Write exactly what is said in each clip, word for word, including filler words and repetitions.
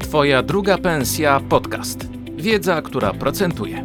Twoja druga pensja podcast. Wiedza, która procentuje.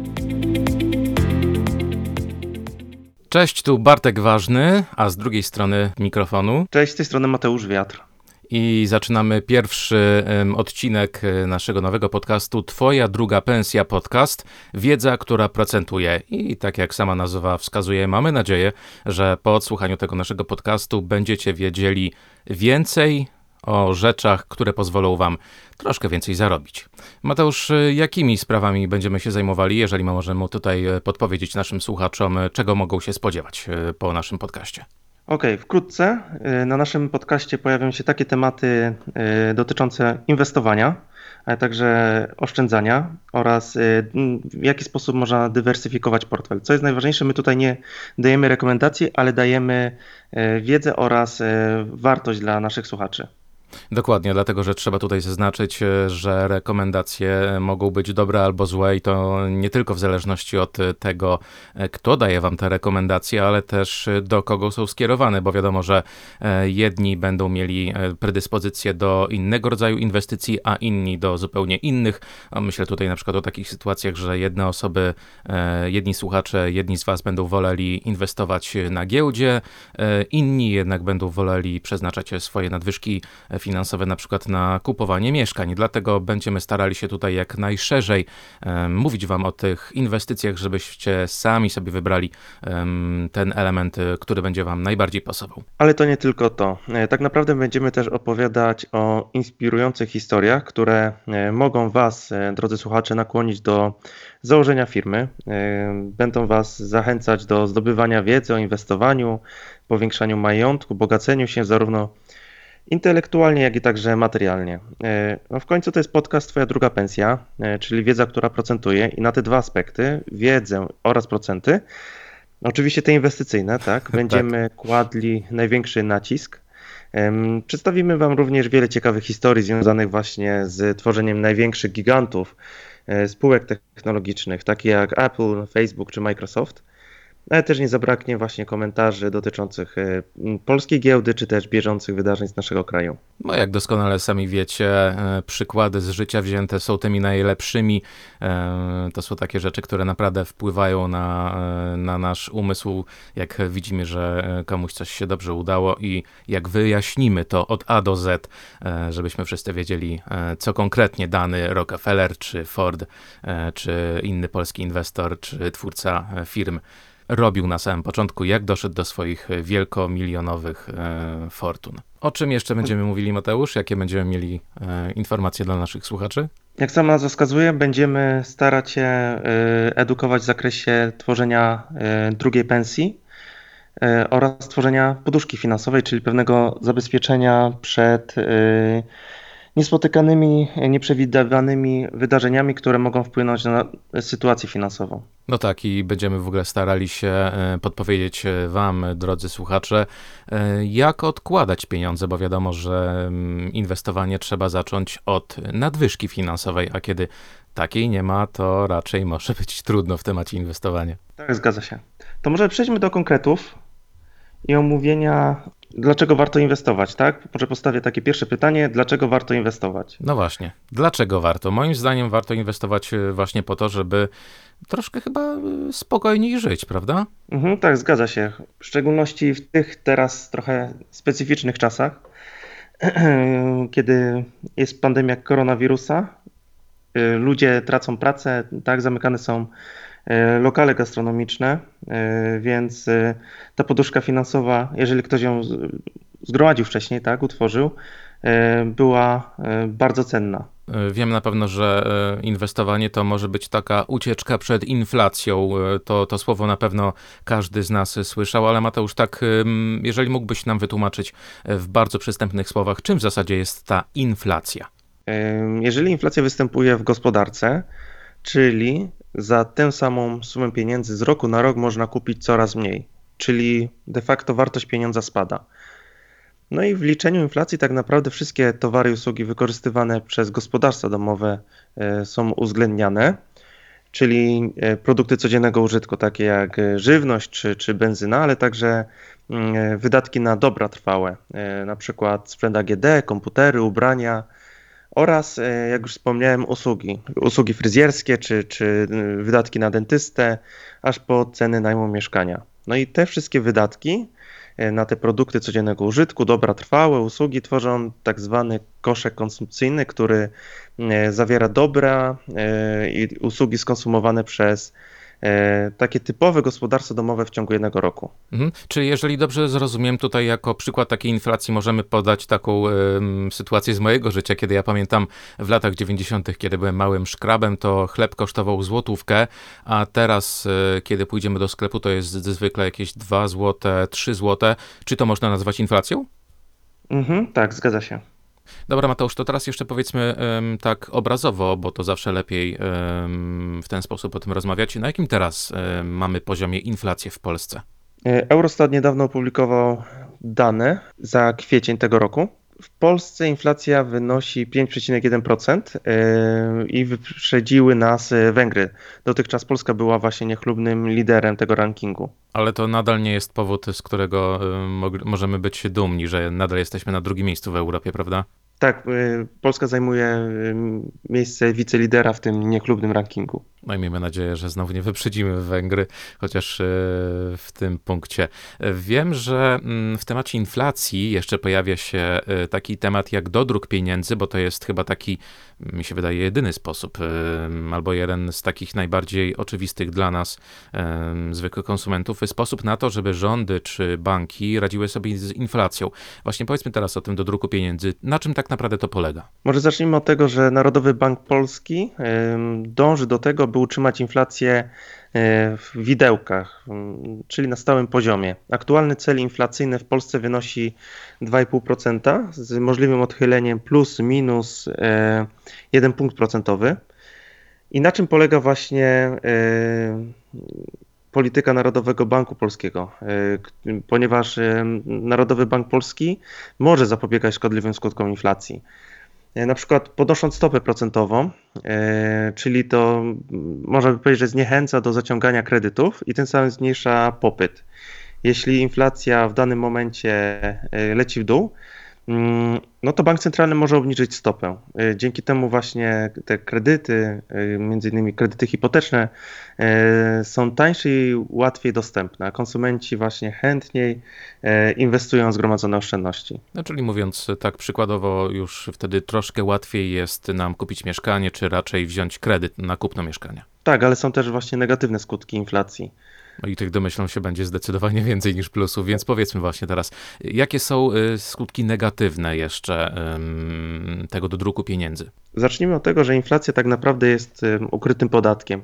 Cześć, tu Bartek Ważny, a z drugiej strony mikrofonu. Cześć, z tej strony Mateusz Wiatr. I zaczynamy pierwszy um, odcinek naszego nowego podcastu Twoja druga pensja podcast. Wiedza, która procentuje. I tak jak sama nazwa wskazuje, mamy nadzieję, że po odsłuchaniu tego naszego podcastu będziecie wiedzieli więcej o rzeczach, które pozwolą wam troszkę więcej zarobić. Mateusz, jakimi sprawami będziemy się zajmowali, jeżeli możemy tutaj podpowiedzieć naszym słuchaczom, czego mogą się spodziewać po naszym podcaście? Okej, okay, wkrótce na naszym podcaście pojawią się takie tematy dotyczące inwestowania, ale także oszczędzania oraz w jaki sposób można dywersyfikować portfel. Co jest najważniejsze, my tutaj nie dajemy rekomendacji, ale dajemy wiedzę oraz wartość dla naszych słuchaczy. Dokładnie, dlatego że trzeba tutaj zaznaczyć, że rekomendacje mogą być dobre albo złe i to nie tylko w zależności od tego, kto daje wam te rekomendacje, ale też do kogo są skierowane, bo wiadomo, że jedni będą mieli predyspozycję do innego rodzaju inwestycji, a inni do zupełnie innych. Myślę tutaj na przykład o takich sytuacjach, że jedne osoby, jedni słuchacze, jedni z was będą woleli inwestować na giełdzie, inni jednak będą woleli przeznaczać swoje nadwyżki finansowe na przykład na kupowanie mieszkań. Dlatego będziemy starali się tutaj jak najszerzej um, mówić wam o tych inwestycjach, żebyście sami sobie wybrali um, ten element, który będzie wam najbardziej pasował. Ale to nie tylko to. Tak naprawdę będziemy też opowiadać o inspirujących historiach, które mogą was, drodzy słuchacze, nakłonić do założenia firmy. Będą was zachęcać do zdobywania wiedzy o inwestowaniu, powiększaniu majątku, bogaceniu się zarówno intelektualnie, jak i także materialnie. No w końcu to jest podcast Twoja druga pensja, czyli wiedza, która procentuje i na te dwa aspekty, wiedzę oraz procenty, oczywiście te inwestycyjne, tak, będziemy tak. kładli największy nacisk. Przedstawimy wam również wiele ciekawych historii związanych właśnie z tworzeniem największych gigantów spółek technologicznych, takich jak Apple, Facebook czy Microsoft. Ale też nie zabraknie właśnie komentarzy dotyczących polskiej giełdy, czy też bieżących wydarzeń z naszego kraju. No jak doskonale sami wiecie, przykłady z życia wzięte są tymi najlepszymi. To są takie rzeczy, które naprawdę wpływają na, na nasz umysł, jak widzimy, że komuś coś się dobrze udało i jak wyjaśnimy to od A do Z, żebyśmy wszyscy wiedzieli, co konkretnie dany Rockefeller, czy Ford, czy inny polski inwestor, czy twórca firm robił na samym początku, jak doszedł do swoich wielkomilionowych e, fortun. O czym jeszcze będziemy mówili, Mateusz? Jakie będziemy mieli e, informacje dla naszych słuchaczy? Jak sama nazwa wskazuje, będziemy starać się e, edukować w zakresie tworzenia e, drugiej pensji e, oraz tworzenia poduszki finansowej, czyli pewnego zabezpieczenia przed e, niespotykanymi, nieprzewidywanymi wydarzeniami, które mogą wpłynąć na sytuację finansową. No tak, i będziemy w ogóle starali się podpowiedzieć wam, drodzy słuchacze, jak odkładać pieniądze, bo wiadomo, że inwestowanie trzeba zacząć od nadwyżki finansowej, a kiedy takiej nie ma, to raczej może być trudno w temacie inwestowania. Tak, zgadza się. To może przejdźmy do konkretów i omówienia, dlaczego warto inwestować, tak? Może postawię takie pierwsze pytanie, dlaczego warto inwestować? No właśnie, dlaczego warto? Moim zdaniem warto inwestować właśnie po to, żeby troszkę chyba spokojniej żyć, prawda? Mhm, tak, zgadza się. W szczególności w tych teraz trochę specyficznych czasach, kiedy jest pandemia koronawirusa, ludzie tracą pracę, tak, zamykane są lokale gastronomiczne, więc ta poduszka finansowa, jeżeli ktoś ją zgromadził wcześniej, tak, utworzył, była bardzo cenna. Wiem na pewno, że inwestowanie to może być taka ucieczka przed inflacją. To, to słowo na pewno każdy z nas słyszał, ale Mateusz, tak, jeżeli mógłbyś nam wytłumaczyć w bardzo przystępnych słowach, czym w zasadzie jest ta inflacja? Jeżeli inflacja występuje w gospodarce, czyli za tę samą sumę pieniędzy z roku na rok można kupić coraz mniej, czyli de facto wartość pieniądza spada. No i w liczeniu inflacji tak naprawdę wszystkie towary i usługi wykorzystywane przez gospodarstwa domowe są uwzględniane, czyli produkty codziennego użytku, takie jak żywność czy, czy benzyna, ale także wydatki na dobra trwałe, na przykład sprzęt A G D, komputery, ubrania oraz, e, jak już wspomniałem, usługi. Usługi fryzjerskie czy, czy y, wydatki na dentystę, aż po ceny najmu mieszkania. No i te wszystkie wydatki e, na te produkty codziennego użytku, dobra trwałe, usługi tworzą tak zwany koszyk konsumpcyjny, który e, zawiera dobra e, i usługi skonsumowane przez e, takie typowe gospodarstwo domowe w ciągu jednego roku. Mhm. Czyli jeżeli dobrze zrozumiem, tutaj jako przykład takiej inflacji możemy podać taką em, sytuację z mojego życia, kiedy ja pamiętam w latach dziewięćdziesiątych, kiedy byłem małym szkrabem, to chleb kosztował złotówkę, a teraz, e, kiedy pójdziemy do sklepu, to jest zwykle jakieś dwa złote, trzy złote. Czy to można nazwać inflacją? Mhm, tak, zgadza się. Dobra, Mateusz, to teraz jeszcze powiedzmy em, tak obrazowo, bo to zawsze lepiej em, w ten sposób o tym rozmawiać. Na jakim teraz em, mamy poziomie inflacji w Polsce? E, Eurostat niedawno opublikował dane za kwiecień tego roku. W Polsce inflacja wynosi pięć przecinek jeden procent e, i wyprzedziły nas e, Węgry. Dotychczas Polska była właśnie niechlubnym liderem tego rankingu. Ale to nadal nie jest powód, z którego y, mog- możemy być dumni, że nadal jesteśmy na drugim miejscu w Europie, prawda? Tak, e, Polska zajmuje e, miejsce wicelidera w tym niechlubnym rankingu. No i miejmy nadzieję, że znowu nie wyprzedzimy Węgry, chociaż y, w tym punkcie. Wiem, że mm, w temacie inflacji jeszcze pojawia się y, taki temat jak dodruk pieniędzy, bo to jest chyba taki, mi się wydaje, jedyny sposób, y, albo jeden z takich najbardziej oczywistych dla nas, y, zwykłych konsumentów, sposób na to, żeby rządy czy banki radziły sobie z inflacją. Właśnie powiedzmy teraz o tym dodruku pieniędzy. Na czym tak naprawdę to polega? Może zacznijmy od tego, że Narodowy Bank Polski em, dąży do tego, by utrzymać inflację e, w widełkach, m, czyli na stałym poziomie. Aktualny cel inflacyjny w Polsce wynosi dwa i pół procent z możliwym odchyleniem plus minus e, jeden punkt procentowy. I na czym polega właśnie e, polityka Narodowego Banku Polskiego? E, k- Ponieważ e, Narodowy Bank Polski może zapobiegać szkodliwym skutkom inflacji. E, Na przykład podnosząc stopę procentową, e, czyli to mm, można by powiedzieć, że zniechęca do zaciągania kredytów i tym samym zmniejsza popyt. Jeśli inflacja w danym momencie e, leci w dół, mm, no to bank centralny może obniżyć stopę. E, Dzięki temu właśnie te kredyty, e, między innymi kredyty hipoteczne, e, są tańsze i łatwiej dostępne. a Konsumenci właśnie chętniej e, inwestują w zgromadzone oszczędności. No, czyli mówiąc tak przykładowo, już wtedy troszkę łatwiej jest nam kupić mieszkanie, czy raczej wziąć kredyt na kupno mieszkania. Tak, ale są też właśnie negatywne skutki inflacji. No i tych domyślą się będzie zdecydowanie więcej niż plusów, więc powiedzmy właśnie teraz, jakie są y, skutki negatywne jeszcze ym, tego dodruku pieniędzy? Zacznijmy od tego, że inflacja tak naprawdę jest em, ukrytym podatkiem.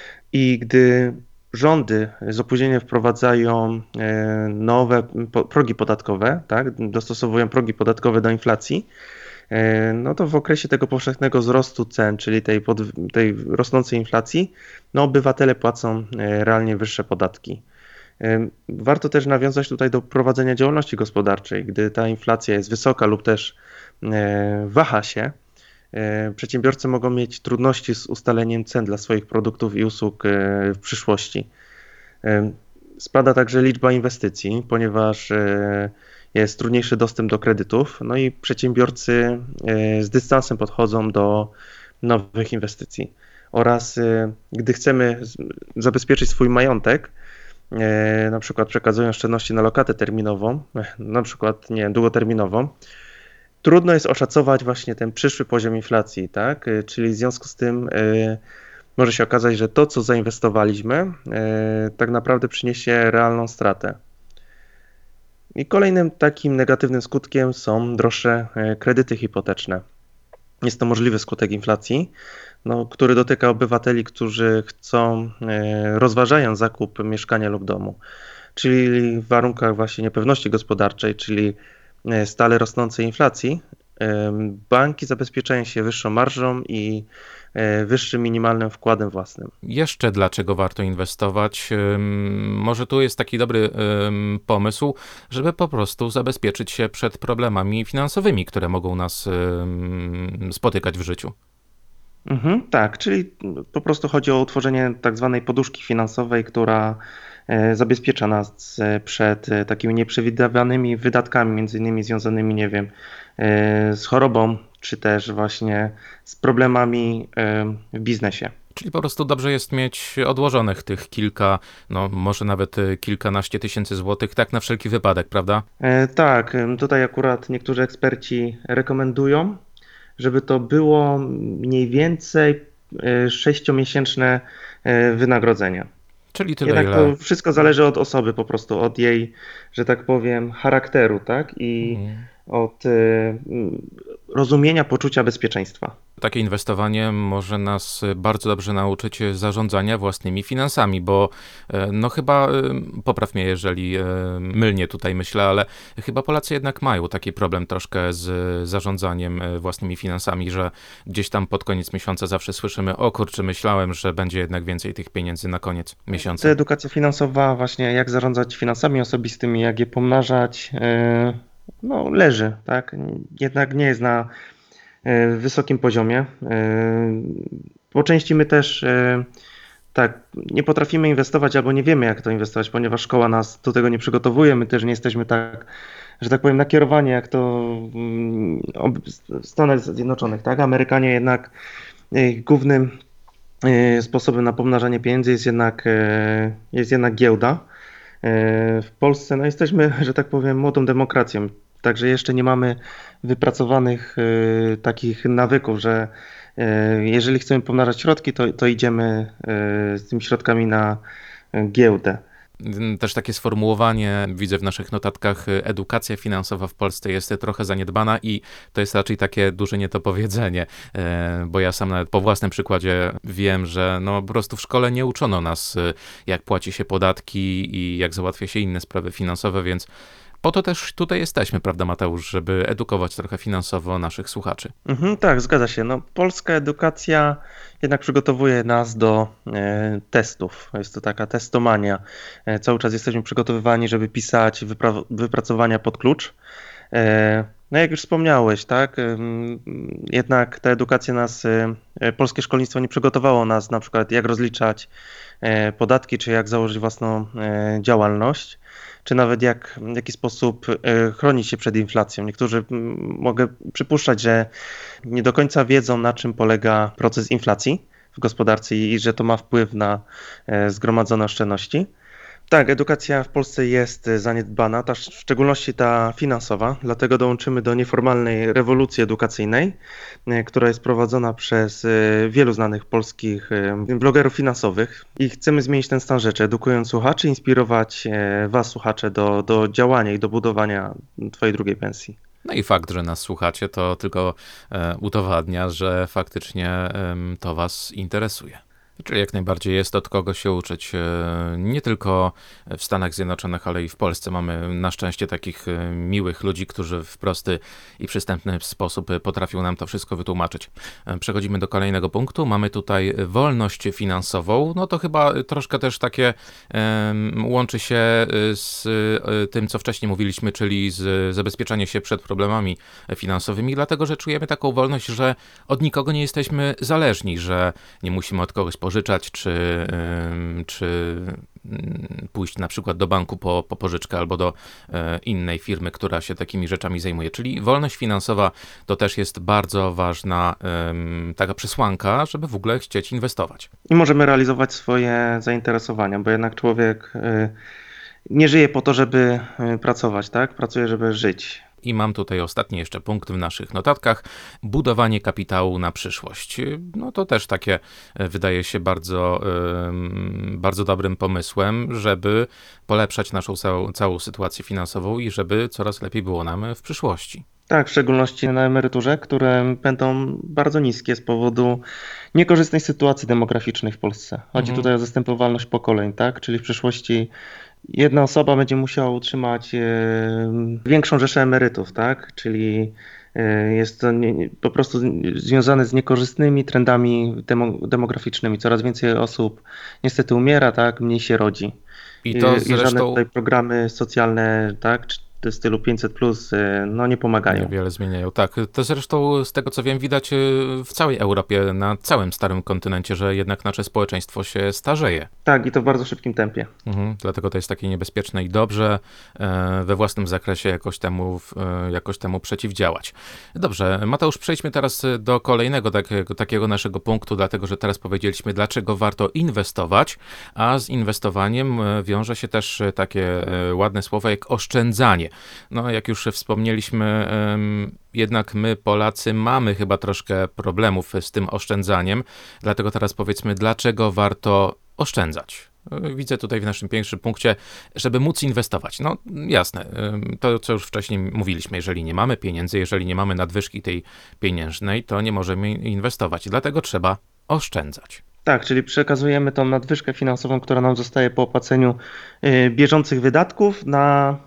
I gdy rządy z opóźnieniem wprowadzają e, nowe po- progi podatkowe, tak, dostosowują progi podatkowe do inflacji, e, no to w okresie tego powszechnego wzrostu cen, czyli tej, pod, tej rosnącej inflacji, no obywatele płacą e, realnie wyższe podatki. E, Warto też nawiązać tutaj do prowadzenia działalności gospodarczej. Gdy ta inflacja jest wysoka lub też e, waha się, e, przedsiębiorcy mogą mieć trudności z ustaleniem cen dla swoich produktów i usług e, w przyszłości. E, Spada także liczba inwestycji, ponieważ e, jest trudniejszy dostęp do kredytów, no i przedsiębiorcy e, z dystansem podchodzą do nowych inwestycji. Oraz e, gdy chcemy z- zabezpieczyć swój majątek, e, na przykład przekazując oszczędności na lokatę terminową, e, na przykład nie wiem, długoterminową, trudno jest oszacować właśnie ten przyszły poziom inflacji, tak? Y, Czyli w związku z tym y, może się okazać, że to, co zainwestowaliśmy, y, tak naprawdę przyniesie realną stratę. I kolejnym takim negatywnym skutkiem są droższe y, kredyty hipoteczne. Jest to możliwy skutek inflacji, no, który dotyka obywateli, którzy chcą, y, rozważają zakup mieszkania lub domu. Czyli w warunkach właśnie niepewności gospodarczej, czyli e, stale rosnącej inflacji, em, banki zabezpieczają się wyższą marżą i e, wyższym minimalnym wkładem własnym. Jeszcze dlaczego warto inwestować? Ym, Może tu jest taki dobry ym, pomysł, żeby po prostu zabezpieczyć się przed problemami finansowymi, które mogą nas ym, spotykać w życiu. Mhm, tak, czyli po prostu chodzi o utworzenie tak zwanej poduszki finansowej, która e, zabezpiecza nas e, przed e, takimi nieprzewidywanymi wydatkami, między innymi związanymi, nie wiem, e, z chorobą czy też właśnie z problemami y, w biznesie. Czyli po prostu dobrze jest mieć odłożonych tych kilka, no może nawet y, kilkanaście tysięcy złotych, tak na wszelki wypadek, prawda? E, Tak, em, tutaj akurat niektórzy eksperci rekomendują, żeby to było mniej więcej e, sześciomiesięczne e, wynagrodzenie. Czyli tyle, Jednak ile... to wszystko zależy od osoby po prostu, od jej, że tak powiem, charakteru, tak? I Mhm. od e, m, rozumienia poczucia bezpieczeństwa. Takie inwestowanie może nas bardzo dobrze nauczyć zarządzania własnymi finansami, bo e, no chyba, e, popraw mnie, jeżeli e, mylnie tutaj myślę, ale chyba Polacy jednak mają taki problem troszkę z zarządzaniem e, własnymi finansami, że gdzieś tam pod koniec miesiąca zawsze słyszymy: o kurczę, myślałem, że będzie jednak więcej tych pieniędzy na koniec Ta miesiąca. edukacja finansowa, właśnie jak zarządzać finansami osobistymi, jak je pomnażać, e, no leży, tak? Jednak nie jest na e, wysokim poziomie. E, Po części my też e, tak, nie potrafimy inwestować albo nie wiemy, jak to inwestować, ponieważ szkoła nas do tego nie przygotowuje. My też nie jesteśmy tak, że tak powiem, nakierowani jak to mm, ob- w Stanach Zjednoczonych, tak? Amerykanie jednak e, głównym e, sposobem na pomnażanie pieniędzy jest jednak, e, jest jednak giełda. E, W Polsce no, jesteśmy, że tak powiem, młodą demokracją, także jeszcze nie mamy wypracowanych e, takich nawyków, że e, jeżeli chcemy pomnażać środki, to, to idziemy e, z tymi środkami na e, giełdę. Też takie sformułowanie widzę w naszych notatkach: y, edukacja finansowa w Polsce jest trochę zaniedbana i to jest raczej takie duże niedopowiedzenie, e, bo ja sam nawet po własnym przykładzie wiem, że no po prostu w szkole nie uczono nas, y, jak płaci się podatki i jak załatwia się inne sprawy finansowe, więc po to też tutaj jesteśmy, prawda, Mateusz, żeby edukować trochę finansowo naszych słuchaczy. Mhm, tak, zgadza się. No, polska edukacja jednak przygotowuje nas do e, testów. Jest to taka testomania. E, cały czas jesteśmy przygotowywani, żeby pisać wypra- wypracowania pod klucz. E, no jak już wspomniałeś, tak, ym, jednak ta edukacja nas, e, e, polskie szkolnictwo nie przygotowało nas na przykład jak rozliczać e, podatki, czy jak założyć własną e, działalność, czy nawet jak, w jaki sposób e, chronić się przed inflacją. Niektórzy, mm, mogę przypuszczać, że nie do końca wiedzą, na czym polega proces inflacji w gospodarce i, i że to ma wpływ na e, zgromadzone oszczędności. Tak, edukacja w Polsce jest e, zaniedbana, ta, w szczególności ta finansowa, dlatego dołączymy do nieformalnej rewolucji edukacyjnej, e, która jest prowadzona przez e, wielu znanych polskich e, blogerów finansowych i chcemy zmienić ten stan rzeczy, edukując słuchaczy, inspirować e, Was, słuchacze, do, do działania i do budowania Twojej drugiej pensji. No i fakt, że nas słuchacie, to tylko e, udowadnia, że faktycznie em, to was interesuje. Czyli jak najbardziej jest od kogo się uczyć. E, Nie tylko w Stanach Zjednoczonych, ale i w Polsce mamy na szczęście takich e, miłych ludzi, którzy w prosty i przystępny sposób potrafią nam to wszystko wytłumaczyć. E, Przechodzimy do kolejnego punktu. Mamy tutaj wolność finansową. No to chyba troszkę też takie em, łączy się z e, tym, co wcześniej mówiliśmy, czyli z zabezpieczanie się przed problemami finansowymi, dlatego że czujemy taką wolność, że od nikogo nie jesteśmy zależni, że nie musimy od kogoś pożyczać, czy, ym, czy mm, pójść na przykład do banku po, po pożyczkę albo do e, innej firmy, która się takimi rzeczami zajmuje. Czyli wolność finansowa to też jest bardzo ważna ym, taka przesłanka, żeby w ogóle chcieć inwestować. I możemy realizować swoje zainteresowania, bo jednak człowiek y, nie żyje po to, żeby y, pracować, tak? Pracuje, żeby żyć. I mam tutaj ostatni jeszcze punkt w naszych notatkach: budowanie kapitału na przyszłość. No to też takie e, wydaje się bardzo, ym, bardzo dobrym pomysłem, żeby polepszać naszą całą, całą sytuację finansową i żeby coraz lepiej było nam w przyszłości. Tak, w szczególności na emeryturze, które będą bardzo niskie z powodu niekorzystnej sytuacji demograficznej w Polsce. Chodzi Mhm. tutaj o zastępowalność pokoleń, tak? Czyli w przyszłości jedna osoba będzie musiała utrzymać e, większą rzeszę emerytów, tak? Czyli e, jest to nie, nie, po prostu związane z niekorzystnymi trendami demo, demograficznymi. Coraz więcej osób niestety umiera, tak? Mniej się rodzi. I I, to i żadne zresztą tutaj programy socjalne, tak? Czy w stylu pięćset plus, no nie pomagają. Niewiele zmieniają, tak. To zresztą z tego, co wiem, widać w całej Europie, na całym starym kontynencie, że jednak nasze społeczeństwo się starzeje. Tak, i to w bardzo szybkim tempie. Mhm, dlatego to jest takie niebezpieczne i dobrze e, we własnym zakresie jakoś temu, e, jakoś temu przeciwdziałać. Dobrze, Mateusz, przejdźmy teraz do kolejnego takiego, takiego naszego punktu, dlatego że teraz powiedzieliśmy, dlaczego warto inwestować, a z inwestowaniem wiąże się też takie e, ładne słowo jak oszczędzanie. No, jak już wspomnieliśmy, e, jednak my, Polacy, mamy chyba troszkę problemów z tym oszczędzaniem, dlatego teraz powiedzmy, dlaczego warto oszczędzać. Widzę tutaj w naszym pierwszym punkcie, żeby móc inwestować. No jasne, to co już wcześniej mówiliśmy, jeżeli nie mamy pieniędzy, jeżeli nie mamy nadwyżki tej pieniężnej, to nie możemy inwestować. Dlatego trzeba oszczędzać. Tak, czyli przekazujemy tą nadwyżkę finansową, która nam zostaje po opłaceniu y, bieżących wydatków na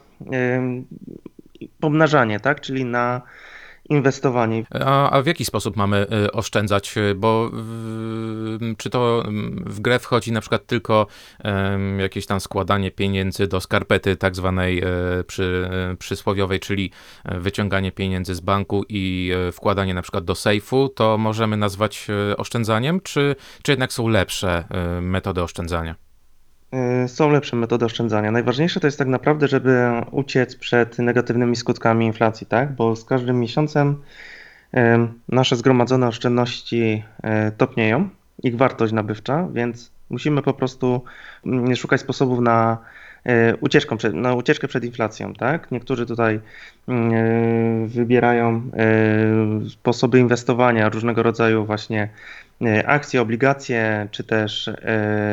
y, pomnażanie, tak, czyli na inwestowanie. A, a w jaki sposób mamy y, oszczędzać? Bo y, czy to w grę wchodzi na przykład tylko y, jakieś tam składanie pieniędzy do skarpety tak zwanej y, przy, y, przysłowiowej, czyli wyciąganie pieniędzy z banku i y, wkładanie na przykład do sejfu, to możemy nazwać y, oszczędzaniem, czy, czy jednak są lepsze y, metody oszczędzania? Y, Są lepsze metody oszczędzania. Najważniejsze to jest tak naprawdę, żeby uciec przed negatywnymi skutkami inflacji, tak? Bo z każdym miesiącem y, nasze zgromadzone oszczędności y, topnieją, ich wartość nabywcza, więc musimy po prostu mm, szukać sposobów na y, ucieczkę przed, na ucieczkę przed inflacją, tak? Niektórzy tutaj y, wybierają y, sposoby inwestowania, różnego rodzaju właśnie y, akcje, obligacje, czy też y,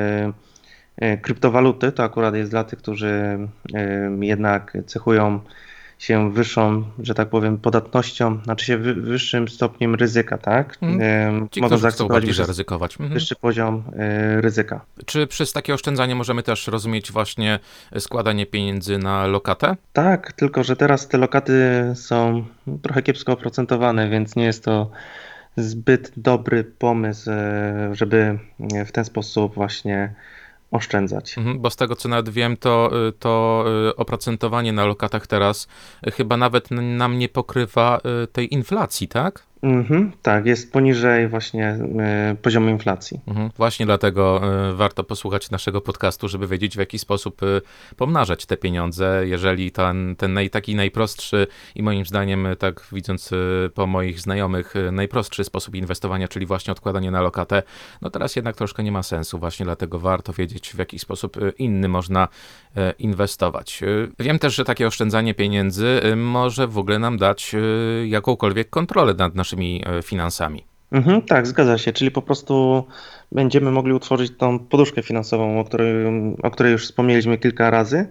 kryptowaluty. To akurat jest dla tych, którzy y, jednak cechują się wyższą, że tak powiem, podatnością, znaczy się wy, wyższym stopniem ryzyka, tak? Mhm. Y, Ci, Mogą którzy chcą zaakceptować bardziej wyższy, zaryzykować. Mhm. wyższy poziom y, ryzyka. Czy przez takie oszczędzanie możemy też rozumieć właśnie składanie pieniędzy na lokatę? Tak, tylko że teraz te lokaty są trochę kiepsko oprocentowane, więc nie jest to zbyt dobry pomysł, y, żeby w ten sposób właśnie oszczędzać. Mhm, bo z tego co nawet wiem, to, y, to y, oprocentowanie na lokatach teraz y, chyba nawet n- nam nie pokrywa y, tej inflacji, tak? Mhm, tak, jest poniżej właśnie y, poziomu inflacji. Mhm. Właśnie dlatego y, warto posłuchać naszego podcastu, żeby wiedzieć, w jaki sposób y, pomnażać te pieniądze. Jeżeli ten, ten naj, taki najprostszy i moim zdaniem, y, tak widząc y, po moich znajomych, y, najprostszy sposób inwestowania, czyli właśnie odkładanie na lokatę, no teraz jednak troszkę nie ma sensu. Właśnie dlatego warto wiedzieć, w jaki sposób y, inny można y, inwestować. Y, Wiem też, że takie oszczędzanie pieniędzy y, może w ogóle nam dać y, jakąkolwiek kontrolę nad naszymi y, finansami. Mhm, tak, zgadza się, czyli po prostu będziemy mogli utworzyć tą poduszkę finansową, o której, o której już wspomnieliśmy kilka razy,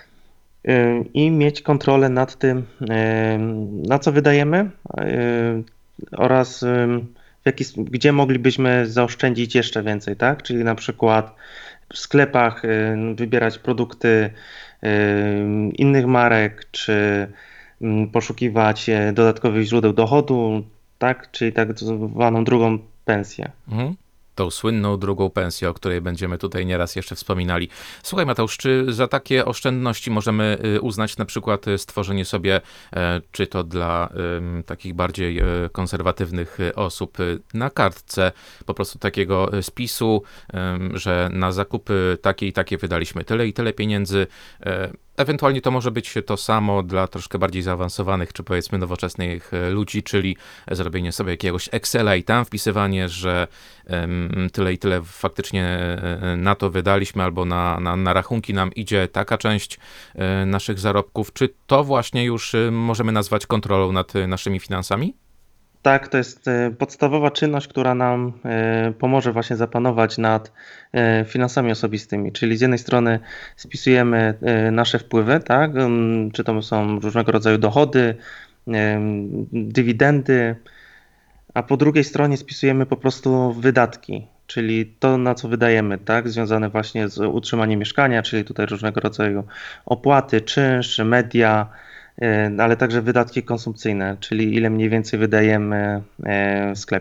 y, i mieć kontrolę nad tym, y, na co wydajemy, y, oraz y, w jaki, s- gdzie moglibyśmy zaoszczędzić jeszcze więcej, tak? Czyli na przykład w sklepach y, wybierać produkty y, innych marek, czy mm, poszukiwać e, dodatkowych źródeł dochodu, tak? Czyli tak zwaną drugą pensję. Mhm. Tą słynną drugą pensję, o której będziemy tutaj nieraz jeszcze wspominali. Słuchaj, Mateusz, czy za takie oszczędności możemy y, uznać na przykład y, stworzenie sobie, e, czy to dla ym, takich bardziej e, konserwatywnych y, osób, y, na kartce po prostu takiego y, spisu, ym, że na zakupy takie i takie wydaliśmy tyle i tyle pieniędzy. e, Ewentualnie to może być to samo dla troszkę bardziej zaawansowanych, czy powiedzmy nowoczesnych e, ludzi, czyli zrobienie sobie jakiegoś Excela i tam wpisywanie, że em, tyle i tyle faktycznie e, na to wydaliśmy, albo na, na, na rachunki nam idzie taka część e, naszych zarobków. Czy to właśnie już e, możemy nazwać kontrolą nad e, naszymi finansami? Tak, to jest e, podstawowa czynność, która nam e, pomoże właśnie zapanować nad e, finansami osobistymi. Czyli z jednej strony spisujemy e, nasze wpływy, tak? Ym, Czy to są różnego rodzaju dochody, em, dywidendy, a po drugiej stronie spisujemy po prostu wydatki, czyli to, na co wydajemy, tak? Związane właśnie z utrzymaniem mieszkania, czyli tutaj różnego rodzaju opłaty, czynsz, media, e, ale także wydatki konsumpcyjne, czyli ile mniej więcej wydajemy e, w sklepie.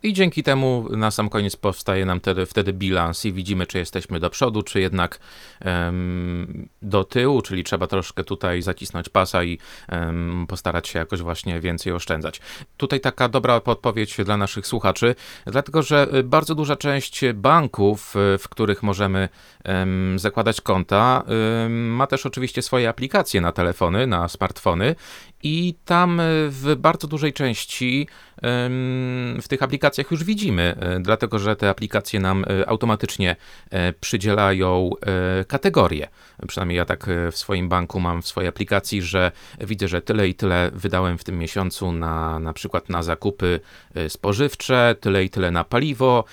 I dzięki temu na sam koniec powstaje nam wtedy, wtedy bilans i widzimy, czy jesteśmy do przodu, czy jednak um, do tyłu, czyli trzeba troszkę tutaj zacisnąć pasa i um, postarać się jakoś właśnie więcej oszczędzać. Tutaj taka dobra podpowiedź dla naszych słuchaczy, dlatego że bardzo duża część banków, w których możemy um, zakładać konta, um, ma też oczywiście swoje aplikacje na telefony, na smartfony i tam w bardzo dużej części w tych aplikacjach już widzimy, dlatego że te aplikacje nam automatycznie przydzielają kategorie. Przynajmniej ja tak w swoim banku mam w swojej aplikacji, że widzę, że tyle i tyle wydałem w tym miesiącu na na przykład na zakupy spożywcze, tyle i tyle na paliwo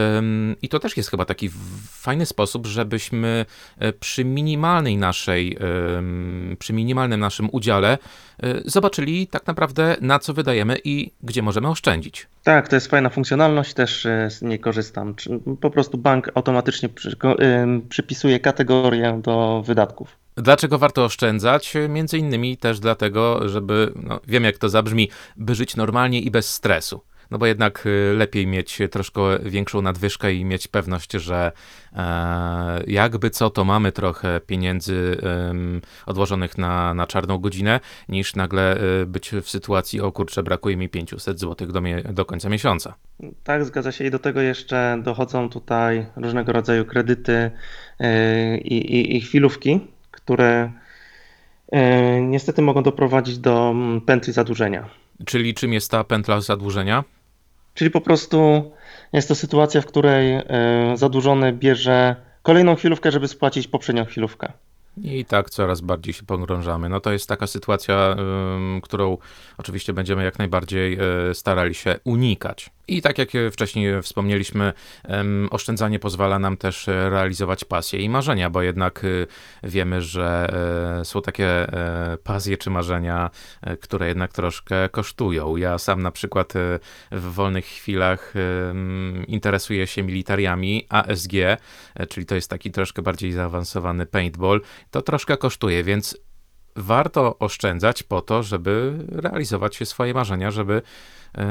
i to też jest chyba taki fajny sposób, żebyśmy przy minimalnej naszej, przy minimalnym naszym udziale zobaczyli tak naprawdę, na co wydajemy i gdzie możemy oszczędzić. Tak, to jest fajna funkcjonalność, też z niej korzystam. Po prostu bank automatycznie przy, przypisuje kategorię do wydatków. Dlaczego warto oszczędzać? Między innymi też dlatego, żeby, no, wiem jak to zabrzmi, by żyć normalnie i bez stresu. No bo jednak lepiej mieć troszkę większą nadwyżkę i mieć pewność, że e, jakby co, to mamy trochę pieniędzy e, odłożonych na, na czarną godzinę, niż nagle e, być w sytuacji, o kurczę, brakuje mi pięćset złotych do, mie- do końca miesiąca. Tak, zgadza się i do tego jeszcze dochodzą tutaj różnego rodzaju kredyty yy, i, i chwilówki, które yy, niestety mogą doprowadzić do pętli zadłużenia. Czyli czym jest ta pętla zadłużenia? Czyli po prostu jest to sytuacja, w której yy, zadłużony bierze kolejną chwilówkę, żeby spłacić poprzednią chwilówkę. I tak coraz bardziej się pogrążamy. No to jest taka sytuacja, y, którą oczywiście będziemy jak najbardziej y, starali się unikać. I tak jak wcześniej wspomnieliśmy, um, oszczędzanie pozwala nam też realizować pasje i marzenia, bo jednak y, wiemy, że y, są takie y, pasje czy marzenia, y, które jednak troszkę kosztują. Ja sam na przykład y, w wolnych chwilach y, interesuję się militariami A S G, y, czyli to jest taki troszkę bardziej zaawansowany paintball. To troszkę kosztuje, więc warto oszczędzać po to, żeby realizować się swoje marzenia, żeby yy,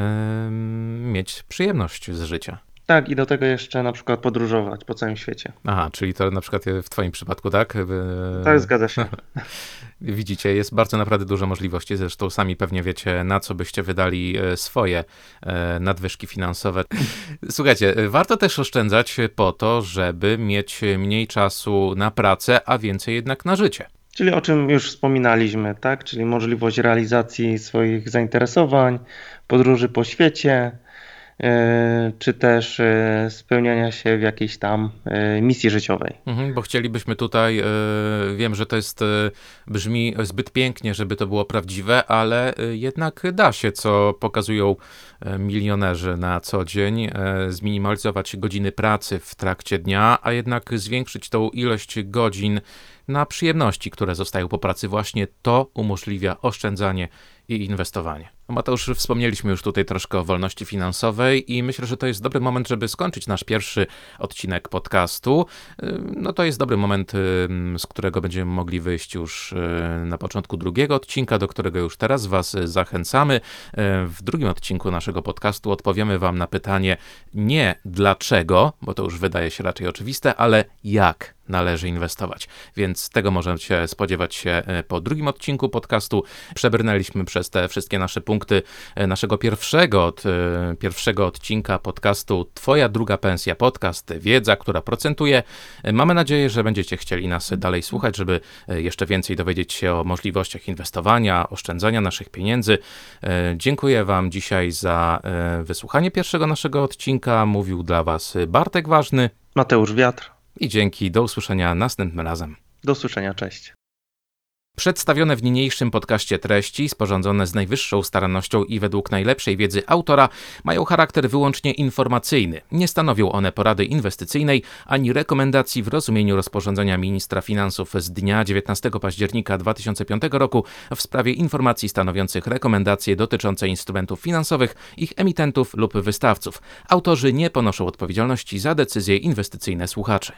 mieć przyjemność z życia. Tak, i do tego jeszcze na przykład podróżować po całym świecie. Aha, czyli to na przykład w twoim przypadku, tak? Yy... Tak, zgadza się. Widzicie, jest bardzo naprawdę dużo możliwości, zresztą sami pewnie wiecie, na co byście wydali swoje nadwyżki finansowe. Słuchajcie, warto też oszczędzać po to, żeby mieć mniej czasu na pracę, a więcej jednak na życie. Czyli o czym już wspominaliśmy, tak? Czyli możliwość realizacji swoich zainteresowań, podróży po świecie, yy, czy też yy, spełniania się w jakiejś tam yy, misji życiowej. Mhm, bo chcielibyśmy tutaj, yy, wiem, że to jest, yy, brzmi zbyt pięknie, żeby to było prawdziwe, ale yy, jednak da się, co pokazują yy, milionerzy na co dzień, yy, zminimalizować godziny pracy w trakcie dnia, a jednak zwiększyć tą ilość godzin na przyjemności, które zostają po pracy. Właśnie to umożliwia oszczędzanie i inwestowanie. No Mateusz, wspomnieliśmy już tutaj troszkę o wolności finansowej i myślę, że to jest dobry moment, żeby skończyć nasz pierwszy odcinek podcastu. No to jest dobry moment, z którego będziemy mogli wyjść już na początku drugiego odcinka, do którego już teraz was zachęcamy. W drugim odcinku naszego podcastu odpowiemy wam na pytanie nie dlaczego, bo to już wydaje się raczej oczywiste, ale jak należy inwestować. Więc tego możecie spodziewać się po drugim odcinku podcastu. Przebrnęliśmy przez te wszystkie nasze punkty naszego pierwszego, od, pierwszego odcinka podcastu Twoja druga pensja podcast, wiedza, która procentuje. Mamy nadzieję, że będziecie chcieli nas dalej słuchać, żeby jeszcze więcej dowiedzieć się o możliwościach inwestowania, oszczędzania naszych pieniędzy. Dziękuję wam dzisiaj za wysłuchanie pierwszego naszego odcinka. Mówił dla was Bartek Ważny, Mateusz Wiatr. I dzięki, do usłyszenia następnym razem. Do usłyszenia, cześć. Przedstawione w niniejszym podcaście treści, sporządzone z najwyższą starannością i według najlepszej wiedzy autora, mają charakter wyłącznie informacyjny. Nie stanowią one porady inwestycyjnej ani rekomendacji w rozumieniu rozporządzenia ministra finansów z dnia dziewiętnastego października dwa tysiące piątego roku w sprawie informacji stanowiących rekomendacje dotyczące instrumentów finansowych, ich emitentów lub wystawców. Autorzy nie ponoszą odpowiedzialności za decyzje inwestycyjne słuchaczy.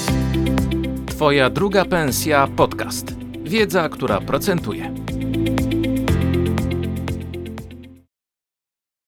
Twoja druga pensja podcast. Wiedza, która procentuje.